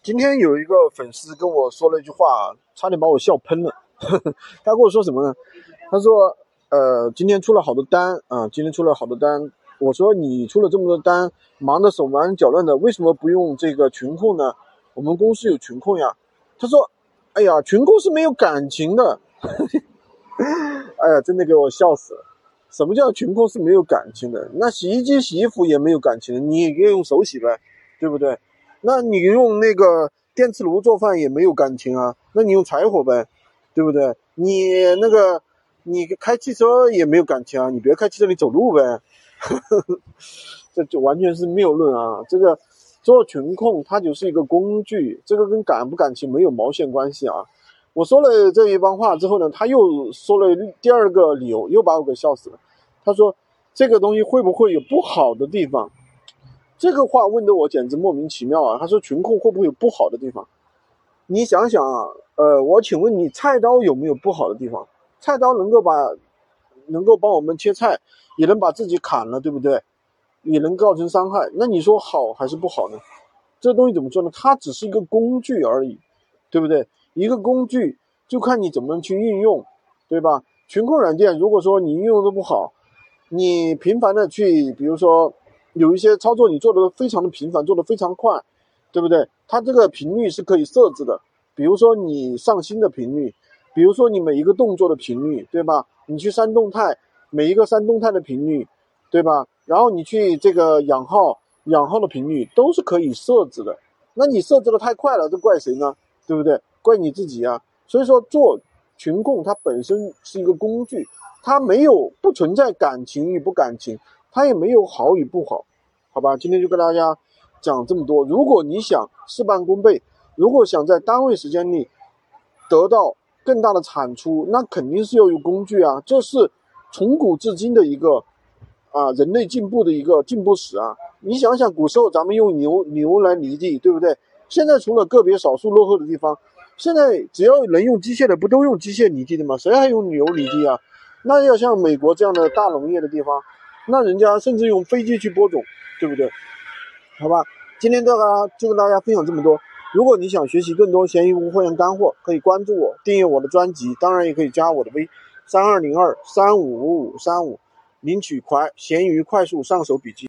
今天有一个粉丝跟我说了一句话，差点把我笑喷了。他跟我说什么呢？他说，今天出了好多单啊，今天出了好多单。我说你出了这么多单，忙得手忙脚乱的，为什么不用这个群控呢？我们公司有群控呀。他说，哎呀，群控是没有感情的。哎呀，真的给我笑死了。什么叫群控是没有感情的？那洗衣机、洗衣服也没有感情的，你也用手洗呗，对不对？那你用那个电磁炉做饭也没有感情啊，那你用柴火呗，对不对？你开汽车也没有感情啊，你别开汽车你走路呗。这就完全是谬论啊！这个做群控它就是一个工具，这个跟感不感情没有毛线关系啊！我说了这一番话之后呢，他又说了第二个理由，又把我给笑死了。他说这个东西会不会有不好的地方？这个话问得我简直莫名其妙啊！他说群控会不会有不好的地方？你想想啊，我请问你，菜刀有没有不好的地方？菜刀能够帮我们切菜，也能把自己砍了，对不对？也能造成伤害。那你说好还是不好呢？这东西怎么说呢？它只是一个工具而已，对不对？一个工具就看你怎么去运用，对吧？群控软件如果说你运用的不好，你频繁的去，比如说有一些操作你做的非常的频繁，做的非常快，对不对？它这个频率是可以设置的，比如说你上新的频率，比如说你每一个动作的频率，对吧？你去删动态，每一个删动态的频率，对吧？然后你去这个养号的频率都是可以设置的。那你设置的太快了，这怪谁呢？对不对？怪你自己啊。所以说做群控它本身是一个工具，它不存在感情与不感情，它也没有好与不好，好吧？今天就跟大家讲这么多。如果你想事半功倍，如果想在单位时间内得到更大的产出，那肯定是要有工具啊，这是从古至今的一个人类进步的一个进步史啊。你想想古时候咱们用牛来犁地，对不对？现在除了个别少数落后的地方，现在只要能用机械的不都用机械犁地的吗？谁还用牛犁地啊？那要像美国这样的大农业的地方，那人家甚至用飞机去播种，对不对？好吧，今天就跟大家分享这么多。如果你想学习更多闲鱼无货源干货，可以关注我，订阅我的专辑，当然也可以加我的微3202355535，领取闲鱼快速上手笔记。